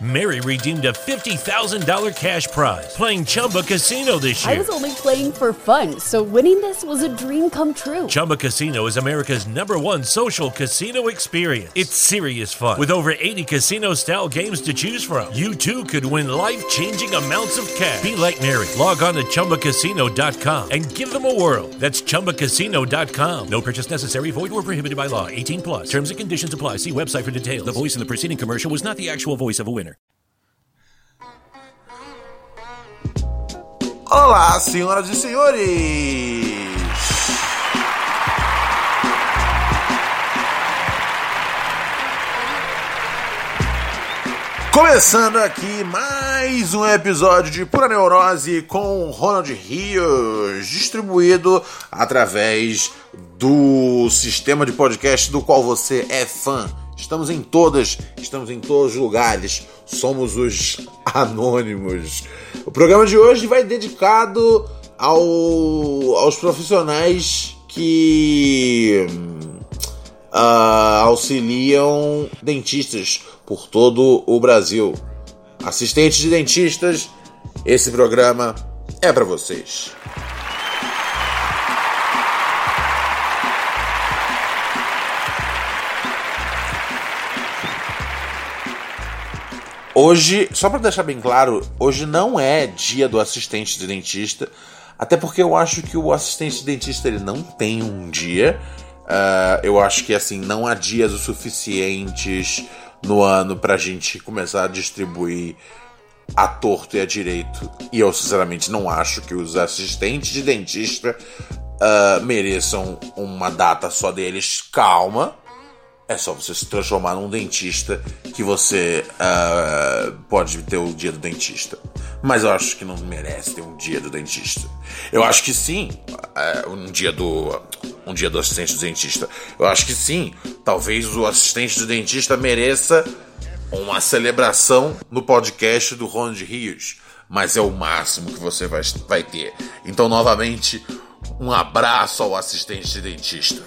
Mary redeemed a $50,000 cash prize playing Chumba Casino this year. I was only playing for fun, so winning this was a dream come true. Chumba Casino is America's #1 social casino experience. It's serious fun. With over 80 casino-style games to choose from, you too could win life-changing amounts of cash. Be like Mary. Log on to ChumbaCasino.com and give them a whirl. That's ChumbaCasino.com. No purchase necessary. Void where prohibited by law. 18 plus. Terms and conditions apply. See website for details. The voice in the preceding commercial was not the actual voice of a winner. Olá, senhoras e senhores! Começando aqui mais um episódio de Pura Neurose com Ronald Rios, distribuído através do sistema de podcast do qual você é fã. Estamos em todos os lugares, somos os anônimos. O programa de hoje vai dedicado aos profissionais que auxiliam dentistas por todo o Brasil. Assistentes de dentistas, esse programa é para vocês. Hoje, só para deixar bem claro, hoje não é dia do assistente de dentista, até porque eu acho que o assistente de dentista ele não tem um dia. Eu acho que assim não há dias o suficientes no ano pra gente começar a distribuir a torto e a direito. E eu sinceramente não acho que os assistentes de dentista mereçam uma data só deles. Calma. É só você se transformar num dentista que você pode ter o dia do dentista. Mas eu acho que não merece ter um dia do dentista. Eu acho que sim, um dia do assistente do dentista. Eu acho que sim, talvez o assistente do dentista mereça uma celebração no podcast do Ronald Rios. Mas é o máximo que você vai ter. Então, novamente, um abraço ao assistente de dentista.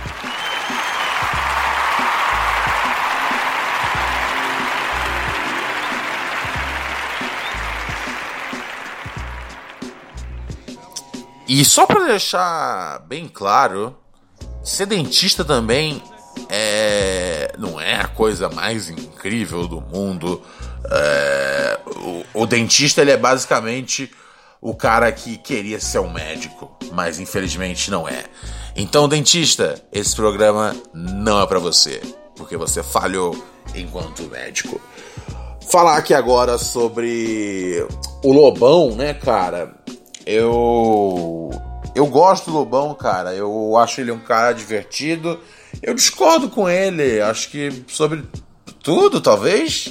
E só para deixar bem claro, ser dentista também não é a coisa mais incrível do mundo. O dentista ele é basicamente o cara que queria ser um médico, mas infelizmente não é. Então, dentista, esse programa não é para você, porque você falhou enquanto médico. Falar aqui agora sobre o Lobão, né, cara? Eu gosto do Lobão, cara. Eu acho ele um cara divertido. Eu discordo com ele. Acho que sobre tudo, talvez.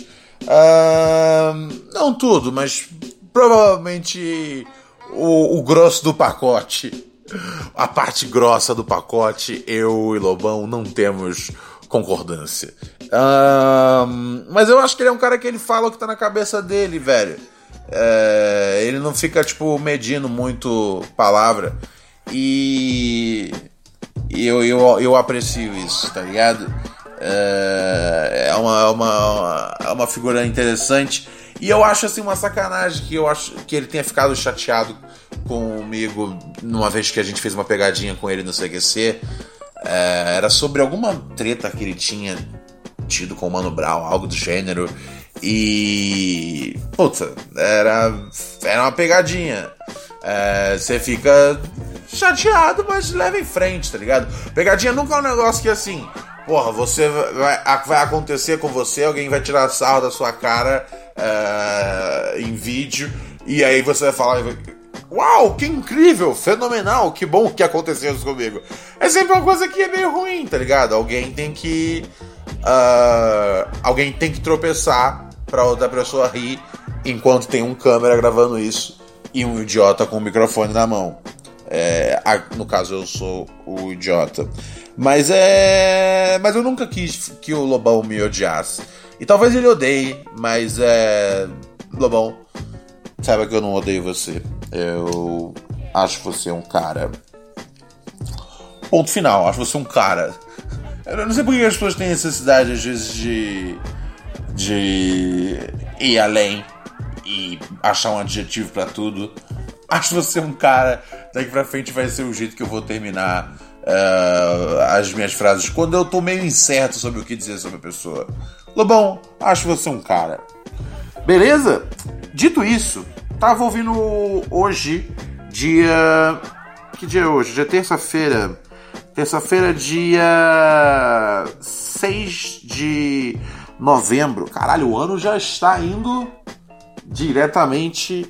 Não tudo, mas provavelmente o grosso do pacote. A parte grossa do pacote, eu e Lobão não temos concordância. Mas eu acho que ele é um cara que ele fala o que tá na cabeça dele, velho. Ele não fica, medindo muito palavra. E eu aprecio isso, tá ligado? É uma figura interessante. E eu acho, assim, uma sacanagem que eu acho que ele tenha ficado chateado comigo numa vez que a gente fez uma pegadinha com ele no CQC. Era sobre alguma treta que ele tinha tido com o Mano Brown, algo do gênero. E... puta, era uma pegadinha. Você fica chateado, mas leva em frente, tá ligado? Pegadinha nunca é um negócio que assim, porra, você vai acontecer com você, alguém vai tirar sarro da sua cara em vídeo, e aí você vai falar: uau, que incrível, fenomenal, que bom que aconteceu isso comigo. É sempre uma coisa que é meio ruim, tá ligado? Alguém tem que tropeçar pra outra pessoa rir enquanto tem um câmera gravando isso e um idiota com o microfone na mão. No caso, eu sou o idiota. Mas eu nunca quis que o Lobão me odiasse. E talvez ele odeie, mas Lobão, saiba que eu não odeio você. Eu acho você um cara. Ponto final, acho você um cara. Eu não sei porque as pessoas têm necessidade, às vezes, de ir além e achar um adjetivo pra tudo. Acho você um cara. Daqui pra frente vai ser o jeito que eu vou terminar as minhas frases quando eu tô meio incerto sobre o que dizer sobre a pessoa. Lobão, acho você um cara. Beleza? Dito isso, tava ouvindo hoje, dia... Que dia é hoje? Dia terça-feira. Terça-feira, dia 6 de novembro. Caralho, o ano já está indo diretamente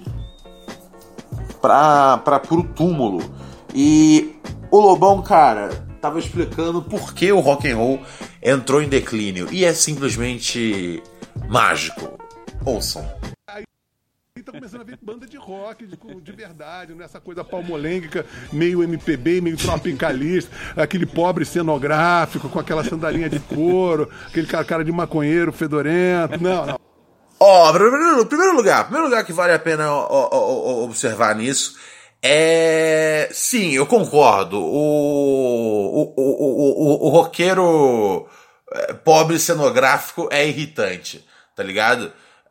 pro túmulo. E o Lobão, cara, tava explicando por que o rock and roll entrou em declínio. E é simplesmente mágico. Ouçam. Aí tá começando a ver banda de rock de verdade, não é essa coisa palmolêngica, meio MPB, meio tropicalista, aquele pobre cenográfico com aquela sandalinha de couro, aquele cara de maconheiro fedorento. Não. Primeiro lugar que vale a pena observar nisso é... Sim, eu concordo. O roqueiro pobre cenográfico é irritante, tá ligado?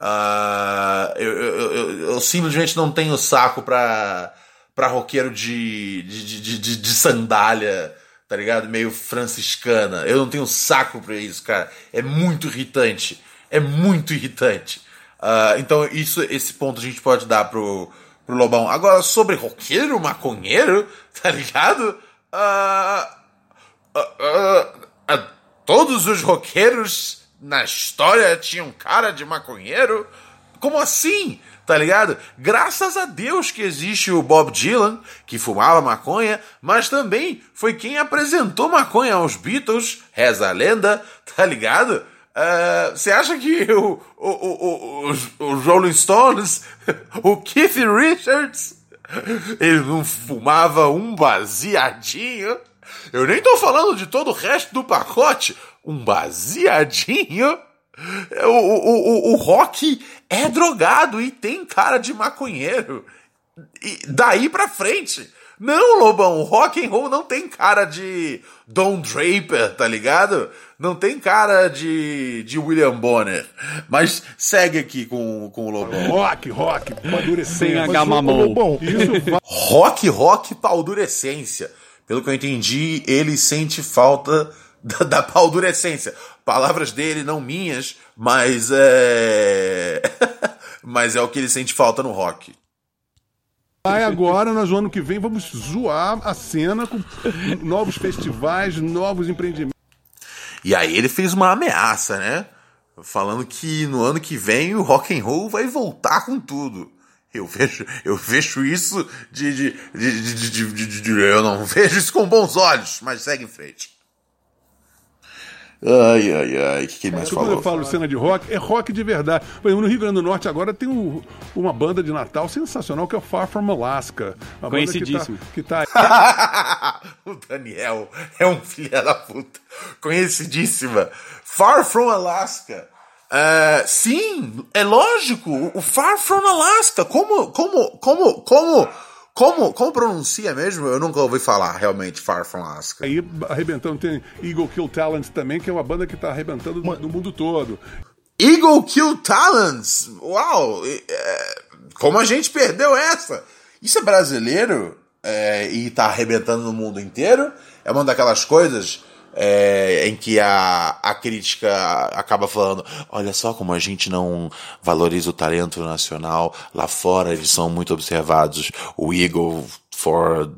Eu simplesmente não tenho saco pra roqueiro de sandália, tá ligado? Meio franciscana. Eu não tenho saco pra isso, cara. É muito irritante. Então esse ponto a gente pode dar pro Lobão. Agora, sobre roqueiro, maconheiro, tá ligado? Todos os roqueiros na história tinham cara de maconheiro? Como assim? Tá ligado? Graças a Deus que existe o Bob Dylan, que fumava maconha, mas também foi quem apresentou maconha aos Beatles, reza a lenda, tá ligado? Você acha que os Rolling Stones, o Keith Richards, ele não fumava um baseadinho? Eu nem tô falando de todo o resto do pacote. Um baseadinho? O rock é drogado e tem cara de maconheiro. E daí pra frente. Não, Lobão, o rock and roll não tem cara de Don Draper, tá ligado? Não tem cara de William Bonner. Mas segue aqui com o Lobão. Rock, padurecência. Rock, paldurecência. Pelo que eu entendi, ele sente falta da paldurecência. Palavras dele, não minhas, mas mas é o que ele sente falta no rock. Aí agora, nós no ano que vem, vamos zoar a cena com novos festivais, novos empreendimentos. E aí ele fez uma ameaça, né? Falando que no ano que vem o rock and roll vai voltar com tudo. Eu vejo isso eu não vejo isso com bons olhos, mas segue em frente. Ai, o que mais falou? Quando eu falo cena de rock, é rock de verdade. Por exemplo, no Rio Grande do Norte agora tem uma banda de Natal sensacional que é o Far From Alaska. Conhecidíssimo. Que tá... O Daniel é um filho da puta. Conhecidíssima. Far From Alaska. Sim, é lógico. O Far From Alaska. Como pronuncia mesmo? Eu nunca ouvi falar realmente Far From Alaska. Aí arrebentando, tem Eagle Kill Talent também, que é uma banda que tá arrebentando no mundo todo. Eagle Kill Talents! Uau! Como a gente perdeu essa? Isso é brasileiro e tá arrebentando no mundo inteiro? É uma daquelas coisas em que a crítica acaba falando: olha só como a gente não valoriza o talento nacional, lá fora eles são muito observados. O Eagle for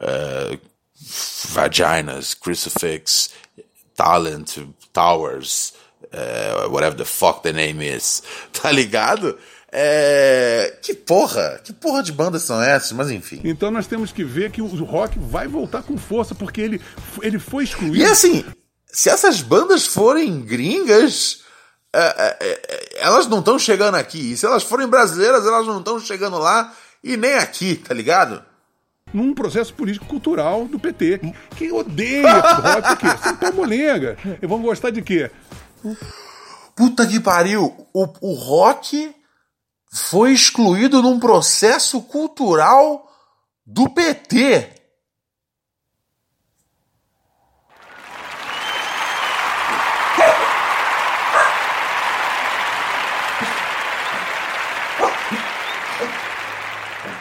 Vaginas, Crucifix, Talent, Towers, whatever the fuck the name is, tá ligado? Que porra de bandas são essas? Mas enfim. Então nós temos que ver que o rock vai voltar com força, porque ele foi excluído. E assim, se essas bandas forem gringas, elas não estão chegando aqui. E se elas forem brasileiras, elas não estão chegando lá e nem aqui, tá ligado? Num processo político-cultural do PT, que odeia rock, porque são palmolenga. E vão gostar de quê? Puta que pariu! O rock foi excluído num processo cultural do PT.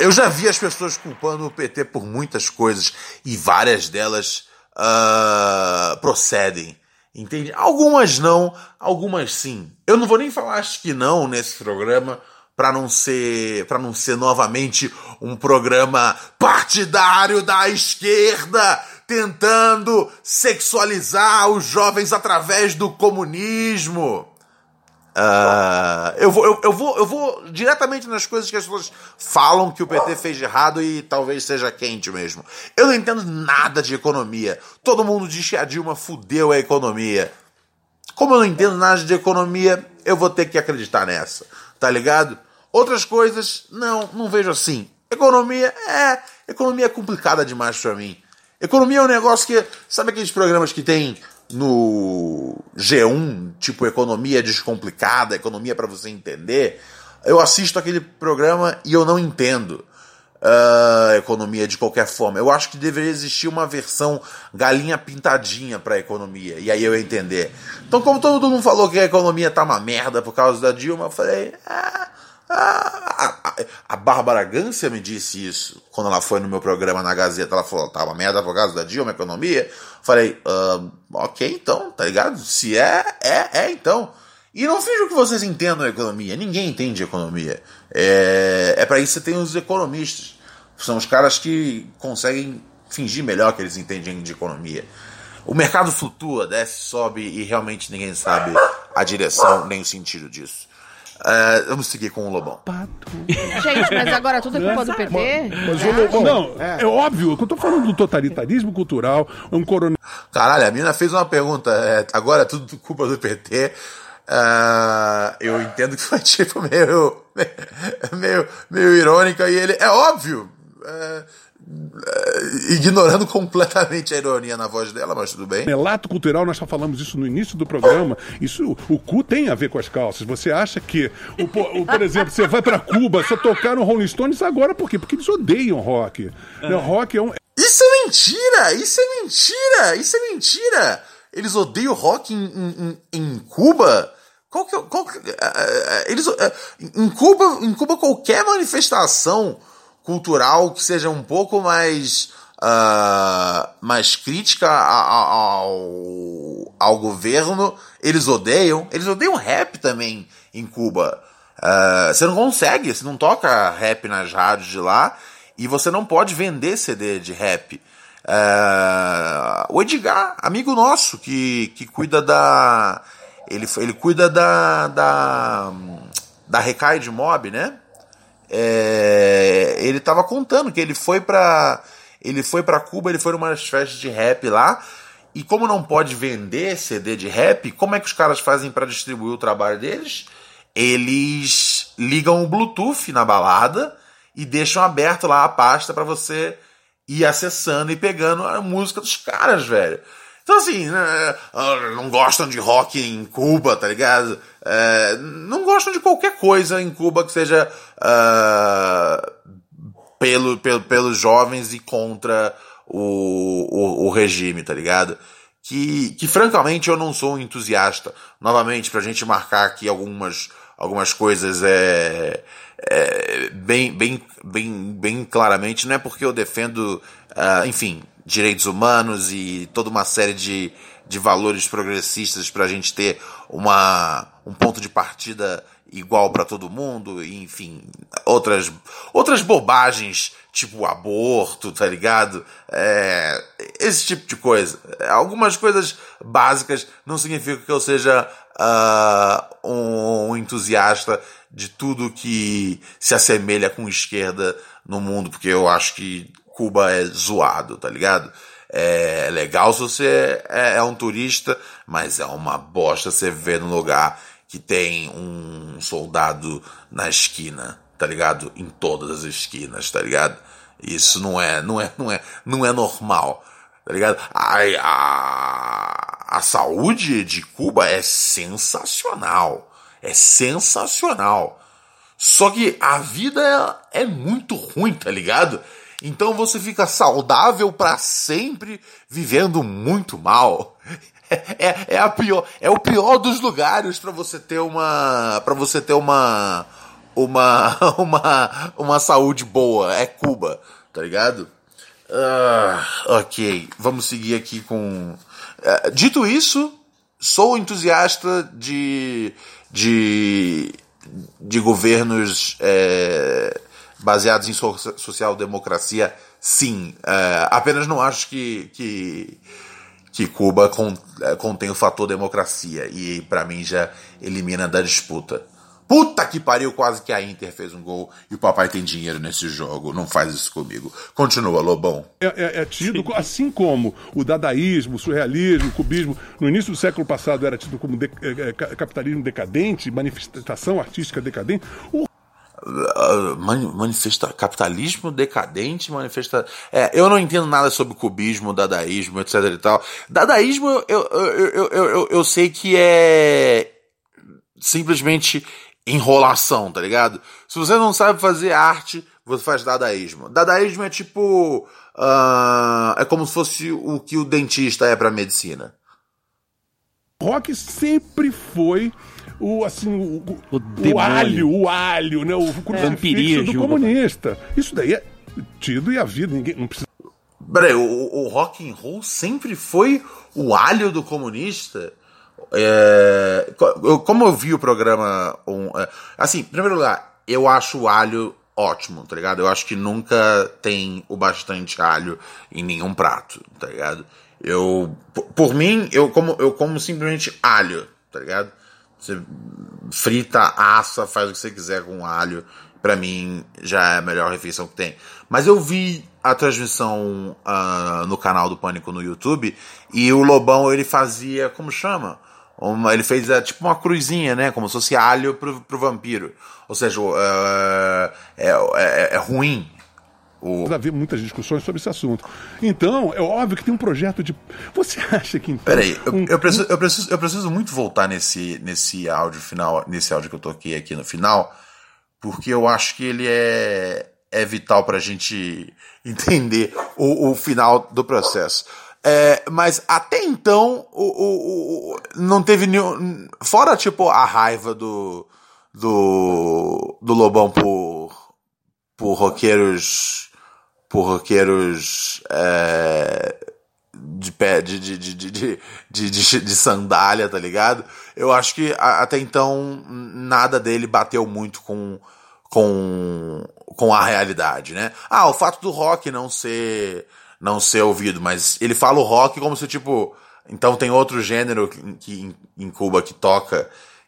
Eu já vi as pessoas culpando o PT por muitas coisas e várias delas procedem, entende? Algumas não, algumas sim. Eu não vou nem falar acho que não nesse programa para não ser novamente um programa partidário da esquerda tentando sexualizar os jovens através do comunismo. Eu vou diretamente nas coisas que as pessoas falam que o PT fez de errado e talvez seja quente mesmo. Eu não entendo nada de economia. Todo mundo diz que a Dilma fudeu a economia. Como eu não entendo nada de economia, eu vou ter que acreditar nessa, tá ligado? Outras coisas, não vejo assim. Economia é complicada demais pra mim. Economia é um negócio que, sabe aqueles programas que tem no G1, tipo Economia Descomplicada, Economia para você entender? Eu assisto aquele programa e eu não entendo economia de qualquer forma. Eu acho que deveria existir uma versão galinha pintadinha pra economia, e aí eu ia entender. Então, como todo mundo falou que a economia tá uma merda por causa da Dilma, eu falei... A Bárbara Gância me disse isso quando ela foi no meu programa na Gazeta. Ela falou, tá uma merda por causa da Dilma, economia. Falei, ok, então, tá ligado? Se então. E não finjo que vocês entendam a economia. Ninguém entende economia. É pra isso que você tem os economistas. São os caras que conseguem fingir melhor que eles entendem de economia. O mercado flutua, desce, sobe e realmente ninguém sabe a direção nem o sentido disso. Vamos seguir com o Lobão. Gente, mas agora tudo é culpa do PT? Mas o Lobão, não, é óbvio que eu tô falando do totalitarismo cultural, um coronel... Caralho, a mina fez uma pergunta, agora é tudo culpa do PT. Eu entendo que foi tipo meio irônica e ele, é óbvio, ignorando completamente a ironia na voz dela, mas tudo bem. Relato cultural, nós já falamos isso no início do programa. Isso, o cu tem a ver com as calças. Você acha que, por exemplo, você vai pra Cuba, só tocaram Rolling Stones agora por quê? Porque eles odeiam rock. Rock é um... Isso é mentira! Isso é mentira! Isso é mentira! Eles odeiam rock em Cuba? Em Cuba qualquer manifestação cultural que seja um pouco mais crítica ao governo, eles odeiam rap também em Cuba. Você não consegue, você não toca rap nas rádios de lá e você não pode vender CD de rap. O Edgar, amigo nosso, que cuida da... Ele cuida da Recai de Mob, né? Ele tava contando que ele foi pra Cuba, ele foi numa festas de rap lá, e como não pode vender CD de rap, como é que os caras fazem pra distribuir o trabalho deles? Eles ligam o Bluetooth na balada e deixam aberto lá a pasta pra você ir acessando e pegando a música dos caras, velho. Então assim, não gostam de rock em Cuba, tá ligado? Não gostam de qualquer coisa em Cuba que seja pelos jovens e contra o regime, tá ligado? Que francamente eu não sou um entusiasta. Novamente, pra gente marcar aqui algumas coisas bem claramente, não é porque eu defendo, enfim, direitos humanos e toda uma série de valores progressistas pra gente ter um ponto de partida igual pra todo mundo, e, enfim, outras bobagens, tipo aborto, tá ligado? Esse tipo de coisa. Algumas coisas básicas não significa que eu seja um entusiasta de tudo que se assemelha com esquerda no mundo, porque eu acho que Cuba é zoado, tá ligado? É legal se você é um turista, mas é uma bosta você ver num lugar que tem um soldado na esquina, tá ligado? Em todas as esquinas, tá ligado? Isso não é normal, tá ligado? A saúde de Cuba é sensacional. É sensacional. Só que a vida é muito ruim, tá ligado? Então você fica saudável pra sempre, vivendo muito mal. É o pior dos lugares pra você ter uma uma saúde boa. É Cuba, tá ligado? Ok, vamos seguir aqui com... dito isso, sou entusiasta de governos baseados em social-democracia, sim. Apenas não acho que Cuba contém o fator democracia, e pra mim já elimina da disputa. Puta que pariu, quase que a Inter fez um gol e o papai tem dinheiro nesse jogo. Não faz isso comigo. Continua, Lobão. É tido, assim como o dadaísmo, o surrealismo, o cubismo, no início do século passado era tido como capitalismo decadente, manifestação artística decadente. Capitalismo decadente, eu não entendo nada sobre cubismo, dadaísmo, etc e tal. Dadaísmo, eu sei que é simplesmente enrolação, tá ligado? Se você não sabe fazer arte, você faz dadaísmo. Dadaísmo é tipo... é como se fosse o que o dentista é pra medicina. O rock sempre foi o alho, né? O crucifixo do comunista. Isso daí é tido e a vida, ninguém não precisa... Peraí, o rock and roll sempre foi o alho do comunista? Como eu vi o programa... assim, em primeiro lugar, eu acho o alho ótimo, tá ligado? Eu acho que nunca tem o bastante alho em nenhum prato, tá ligado? Por mim, eu como simplesmente alho, tá ligado? Você frita, assa, faz o que você quiser com alho. Pra mim, já é a melhor refeição que tem. Mas eu vi a transmissão no canal do Pânico no YouTube, e o Lobão, ele fazia, como chama? Ele fez tipo uma cruzinha, né? Como se fosse alho pro vampiro. Ou seja, é ruim. Havia muitas discussões sobre esse assunto. Então, é óbvio que tem um projeto de... Você acha que... Então, peraí, eu preciso muito voltar nesse áudio final, nesse áudio que eu toquei aqui no final, porque eu acho que ele é vital pra gente entender o final do processo. Mas até então, não teve nenhum... Fora, tipo, a raiva do Lobão por roqueiros de pé de sandália, tá ligado? Eu acho que até então nada dele bateu muito com a realidade, né? O fato do rock não ser ouvido, mas ele fala o rock como se, tipo, então tem outro gênero que em Cuba que toca,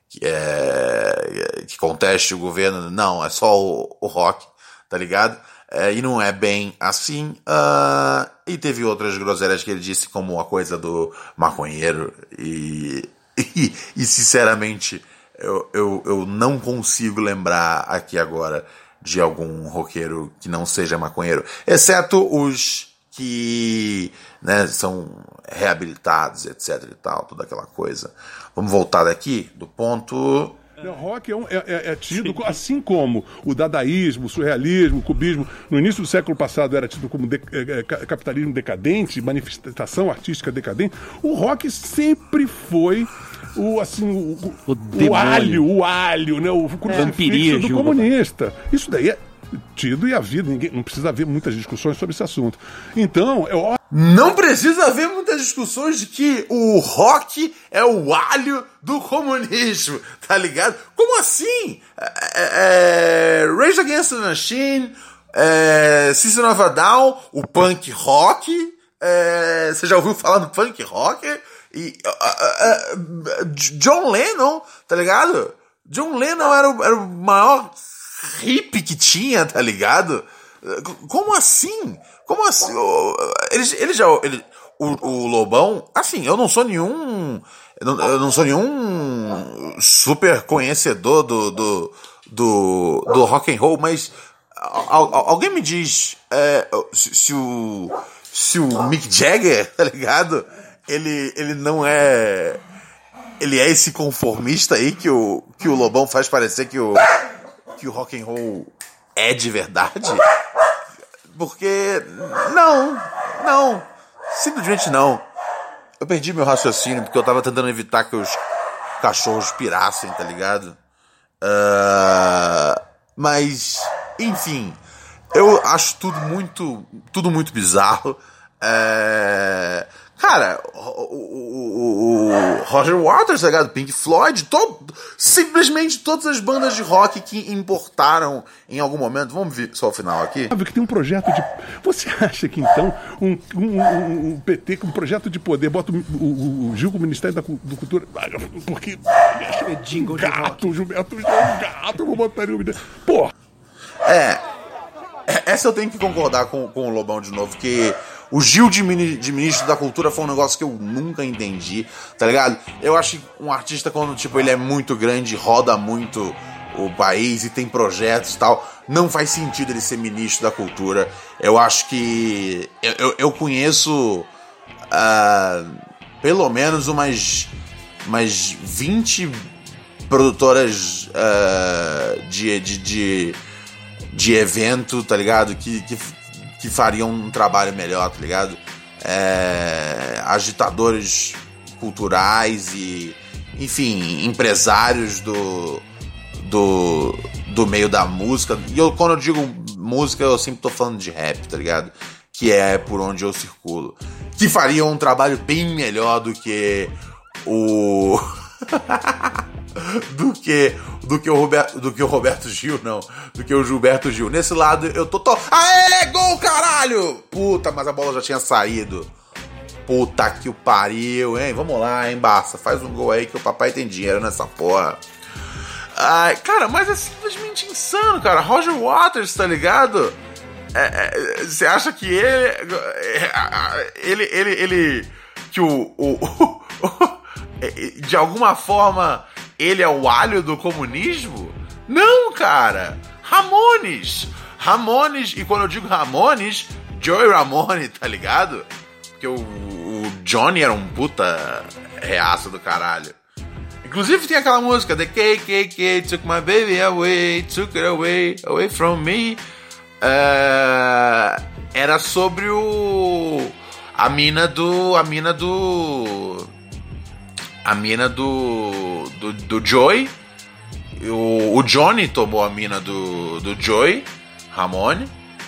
que conteste o governo. Não, é só o rock, tá ligado? E não é bem assim. E teve outras groselhas que ele disse, como a coisa do maconheiro, e sinceramente eu não consigo lembrar aqui agora de algum roqueiro que não seja maconheiro, exceto os que, né, são reabilitados, etc e tal, toda aquela coisa. Vamos voltar daqui do ponto... O rock é tido, assim como o dadaísmo, o surrealismo, o cubismo, no início do século passado era tido como capitalismo decadente, manifestação artística decadente. O rock sempre foi o alho, né? O crucifixo do comunista. Isso daí é tido e a vida, não precisa haver muitas discussões sobre esse assunto. Então, não precisa haver muitas discussões de que o rock é o alho do comunismo, tá ligado? Como assim? Rage Against the Machine, System of a Down, o punk rock, você já ouviu falar do punk rock? E John Lennon, tá ligado? John Lennon era o maior hippie que tinha, tá ligado? Como assim? Como assim? O Lobão, assim, eu não sou nenhum super conhecedor do rock and roll, mas alguém me diz se o Mick Jagger, tá ligado? Ele não é... Ele é esse conformista aí que o Lobão faz parecer que o rock and roll é de verdade? Porque não, simplesmente não. Eu perdi meu raciocínio porque eu tava tentando evitar que os cachorros pirassem, tá ligado? Mas, enfim, eu acho tudo muito bizarro. Cara, o Roger Waters, tá ligado? Pink Floyd, simplesmente todas as bandas de rock que importaram em algum momento. Vamos ver só o final aqui. Sabe que tem um projeto de... Você acha que então um PT com um projeto de poder bota o Gil com o Ministério da Cultura? Porque É jingle de rock. Gilberto Gil é um gato, eu vou botar ele... Pô! Essa eu tenho que concordar com o Lobão de novo, que o Gil de ministro da cultura foi um negócio que eu nunca entendi, tá ligado? Eu acho que um artista, quando tipo, ele é muito grande, roda muito o país e tem projetos e tal, não faz sentido ele ser ministro da cultura. Eu acho que... Eu conheço pelo menos umas 20 produtoras de evento, tá ligado? Que fariam um trabalho melhor, tá ligado? Agitadores culturais e, enfim, empresários do meio da música. E quando eu digo música, eu sempre tô falando de rap, tá ligado? Que é por onde eu circulo. Que fariam um trabalho bem melhor do que o... do que o Roberto Gil, não. Do que o Gilberto Gil. Nesse lado, eu tô... Aê, gol, caralho! Puta, mas a bola já tinha saído. Puta que o pariu, hein? Vamos lá, hein, Barça? Faz um gol aí que o papai tem dinheiro nessa porra. Ai, cara, mas é simplesmente insano, cara. Roger Waters, tá ligado? Você acha que ele que de alguma forma ele é o alho do comunismo? Não, cara. Ramones, e quando eu digo Ramones, Joey Ramone, tá ligado? Porque o Johnny era um puta reaça do caralho. Inclusive tem aquela música The KKK took my baby away, took it away from me. Era sobre a mina do Joey. O Johnny tomou a mina do Joey Ramone.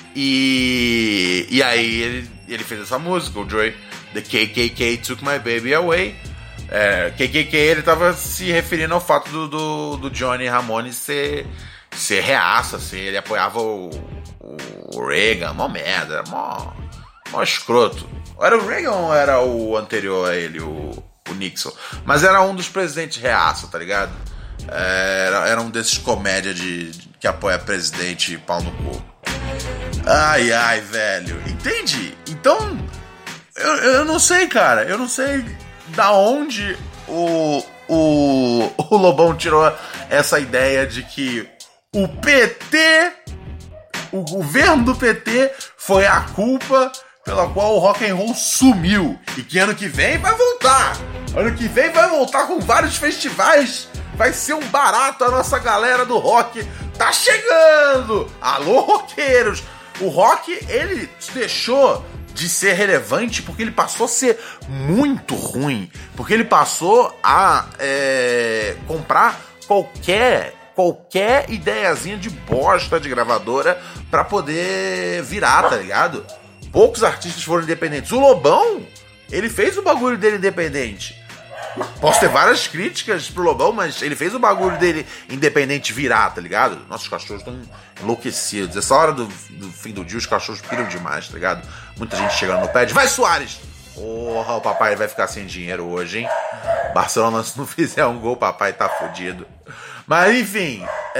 E aí ele fez essa música, o Joey. The KKK took my baby away. KKK, ele tava se referindo ao fato do Johnny Ramone ser reaça, assim. Ele apoiava o Reagan, mó merda, mó escroto. Era o Reagan ou era o anterior a ele, o Nixon? Mas era um dos presidentes reaça, tá ligado? Era um desses comédia que apoia presidente e pau no cu. Ai, velho. Entende? Então, eu não sei, cara. Eu não sei da onde o Lobão tirou essa ideia de que o PT, o governo do PT, foi a culpa pela qual o rock and roll sumiu. E que ano que vem vai voltar. Ano que vem vai voltar com vários festivais. Vai ser um barato, a nossa galera do rock tá chegando. Alô, roqueiros. O rock, ele deixou de ser relevante porque ele passou a ser muito ruim. Porque ele passou a comprar qualquer ideiazinha de bosta de gravadora pra poder virar, tá ligado? Poucos artistas foram independentes. O Lobão, ele fez o bagulho dele independente. Posso ter várias críticas pro Lobão, mas ele fez o bagulho dele independente virar, tá ligado? Nossos cachorros estão enlouquecidos. Essa hora do fim do dia, os cachorros piram demais, tá ligado? Muita gente chegando no pad. Vai, Soares! Porra, o papai vai ficar sem dinheiro hoje, hein? Barcelona, se não fizer um gol, o papai tá fudido. Mas, enfim,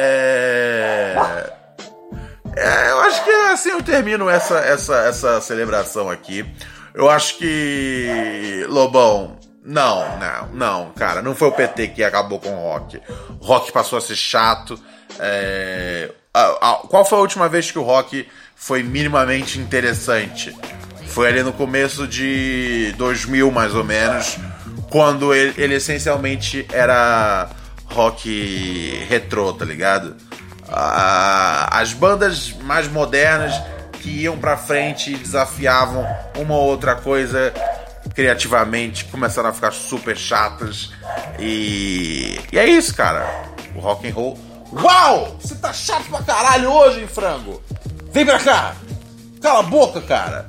eu acho que assim eu termino essa celebração aqui. Eu acho que, Lobão, não, cara, não foi o PT que acabou com o rock. O rock passou a ser chato. Qual foi a última vez que o rock foi minimamente interessante? Foi ali no começo de 2000, mais ou menos, quando ele essencialmente era rock retrô, tá ligado? As bandas mais modernas que iam pra frente e desafiavam uma ou outra coisa criativamente começaram a ficar super chatas. E é isso, cara. O rock and roll Uau! Você tá chato pra caralho hoje, hein, frango? Vem pra cá! Cala a boca, cara!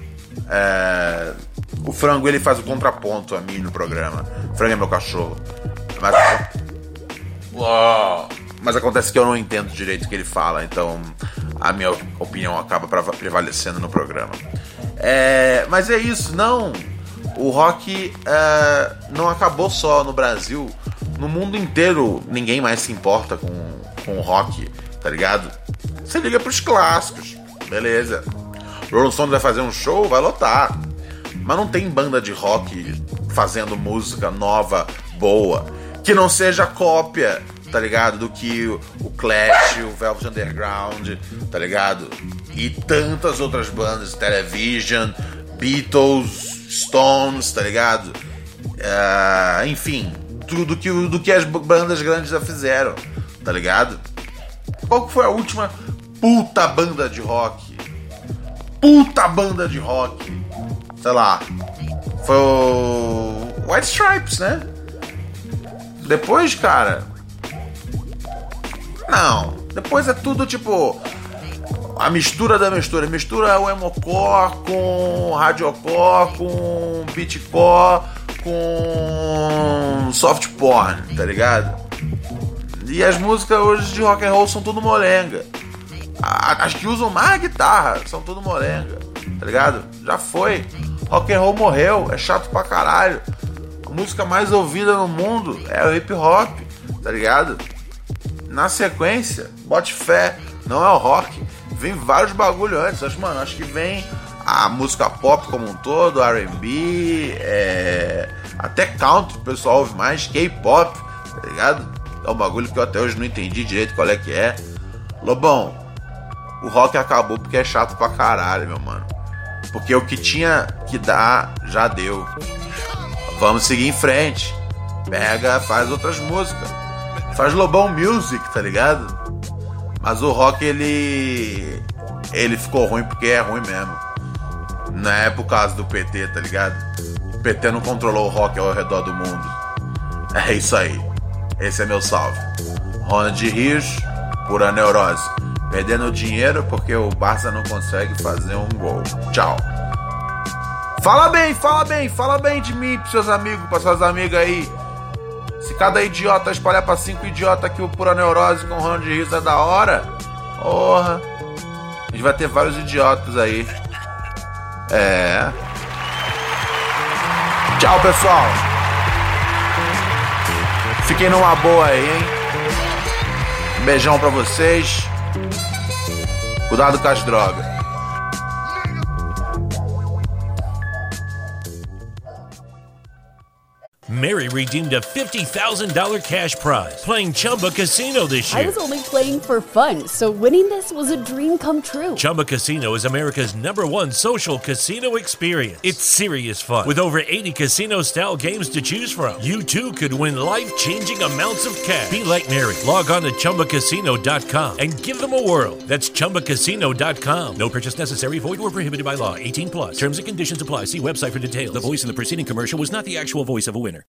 O frango, ele faz o contraponto a mim no programa. O frango é meu cachorro. Mas acontece que eu não entendo direito o que ele fala, então a minha opinião acaba prevalecendo no programa. Mas é isso, não. O rock não acabou só no Brasil. No mundo inteiro, ninguém mais se importa com o rock, tá ligado? Você liga pros clássicos, beleza. Rolling Stones vai fazer um show, vai lotar. Mas não tem banda de rock fazendo música nova, boa, que não seja cópia, tá ligado? Do que o Clash, o Velvet Underground, tá ligado? E tantas outras bandas, Television, Beatles, Stones, tá ligado? Enfim, tudo do que as bandas grandes já fizeram, tá ligado? Qual que foi a última puta banda de rock? Puta banda de rock! Sei lá, foi o White Stripes, né? Depois, cara, não. Depois é tudo tipo a mistura da mistura. Mistura o emocore com hardcore, com beatcore, com soft porn, tá ligado? E as músicas hoje de rock and roll são tudo molenga. As que usam mais guitarra são tudo molenga, tá ligado? Já foi. Rock and roll morreu, é chato pra caralho. A música mais ouvida no mundo é o hip hop, tá ligado? Na sequência, bote fé, não é o rock. Vem vários bagulho antes. Acho que vem a música pop como um todo, R&B, até country, o pessoal ouve mais, K-pop, tá ligado? É um bagulho que eu até hoje não entendi direito qual é que é. Lobão, o rock acabou porque é chato pra caralho, meu mano. Porque o que tinha que dar, já deu. Vamos seguir em frente. Pega, faz outras músicas. Faz Lobão Music, tá ligado? Mas o rock, ele ficou ruim porque é ruim mesmo. Não é por causa do PT, tá ligado? O PT não controlou o rock ao redor do mundo. É isso aí. Esse é meu salve. Ronald Rios, pura neurose. Perdendo dinheiro porque o Barça não consegue fazer um gol. Tchau. Fala bem de mim pros seus amigos, pras suas amigas aí. Se cada idiota espalhar pra 5 idiotas que o pura neurose com o Ronald Rios é da hora, porra, a gente vai ter vários idiotas aí. Tchau, pessoal. Fiquem numa boa aí, hein? Um beijão pra vocês. Cuidado com as drogas. Mary redeemed a $50,000 cash prize playing Chumba Casino this year. I was only playing for fun, so winning this was a dream come true. Chumba Casino is America's #1 social casino experience. It's serious fun. With over 80 casino-style games to choose from, you too could win life-changing amounts of cash. Be like Mary. Log on to ChumbaCasino.com and give them a whirl. That's ChumbaCasino.com. No purchase necessary. Void or prohibited by law. 18+. Terms and conditions apply. See website for details. The voice in the preceding commercial was not the actual voice of a winner.